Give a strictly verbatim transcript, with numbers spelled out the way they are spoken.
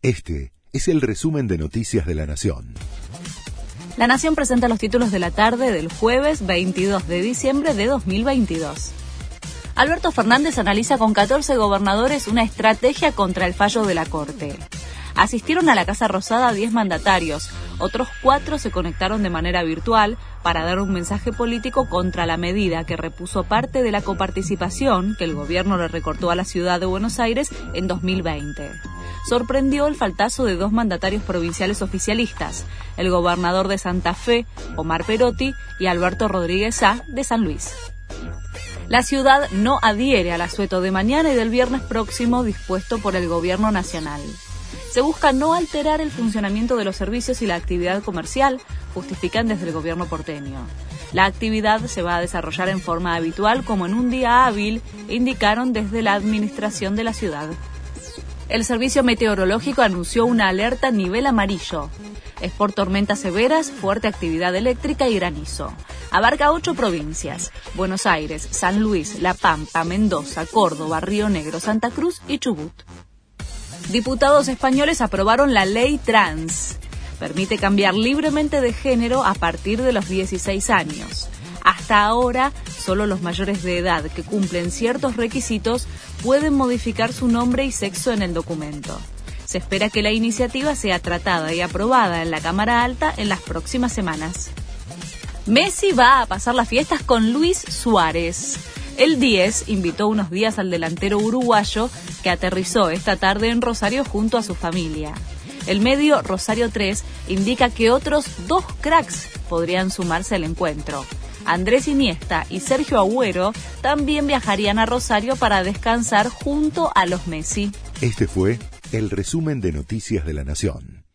Este es el resumen de Noticias de la Nación. La Nación presenta los títulos de la tarde del jueves veintidós de diciembre de dos mil veintidós. Alberto Fernández analiza con catorce gobernadores una estrategia contra el fallo de la Corte. Asistieron a la Casa Rosada diez mandatarios, otros cuatro se conectaron de manera virtual para dar un mensaje político contra la medida que repuso parte de la coparticipación que el gobierno le recortó a la ciudad de Buenos Aires en dos mil veinte. Sorprendió el faltazo de dos mandatarios provinciales oficialistas, el gobernador de Santa Fe, Omar Perotti, y Alberto Rodríguez Sá, de San Luis. La ciudad no adhiere al asueto de mañana y del viernes próximo dispuesto por el gobierno nacional. Se busca no alterar el funcionamiento de los servicios y la actividad comercial, justifican desde el gobierno porteño. La actividad se va a desarrollar en forma habitual como en un día hábil, indicaron desde la administración de la ciudad. El Servicio Meteorológico anunció una alerta nivel amarillo. Es por tormentas severas, fuerte actividad eléctrica y granizo. Abarca ocho provincias: Buenos Aires, San Luis, La Pampa, Mendoza, Córdoba, Río Negro, Santa Cruz y Chubut. Diputados españoles aprobaron la ley trans. Permite cambiar libremente de género a partir de los dieciséis años. Hasta ahora, solo los mayores de edad que cumplen ciertos requisitos pueden modificar su nombre y sexo en el documento. Se espera que la iniciativa sea tratada y aprobada en la Cámara Alta en las próximas semanas. Messi va a pasar las fiestas con Luis Suárez. El diez invitó unos días al delantero uruguayo que aterrizó esta tarde en Rosario junto a su familia. El medio Rosario tres indica que otros dos cracks podrían sumarse al encuentro. Andrés Iniesta y Sergio Agüero también viajarían a Rosario para descansar junto a los Messi. Este fue el resumen de Noticias de la Nación.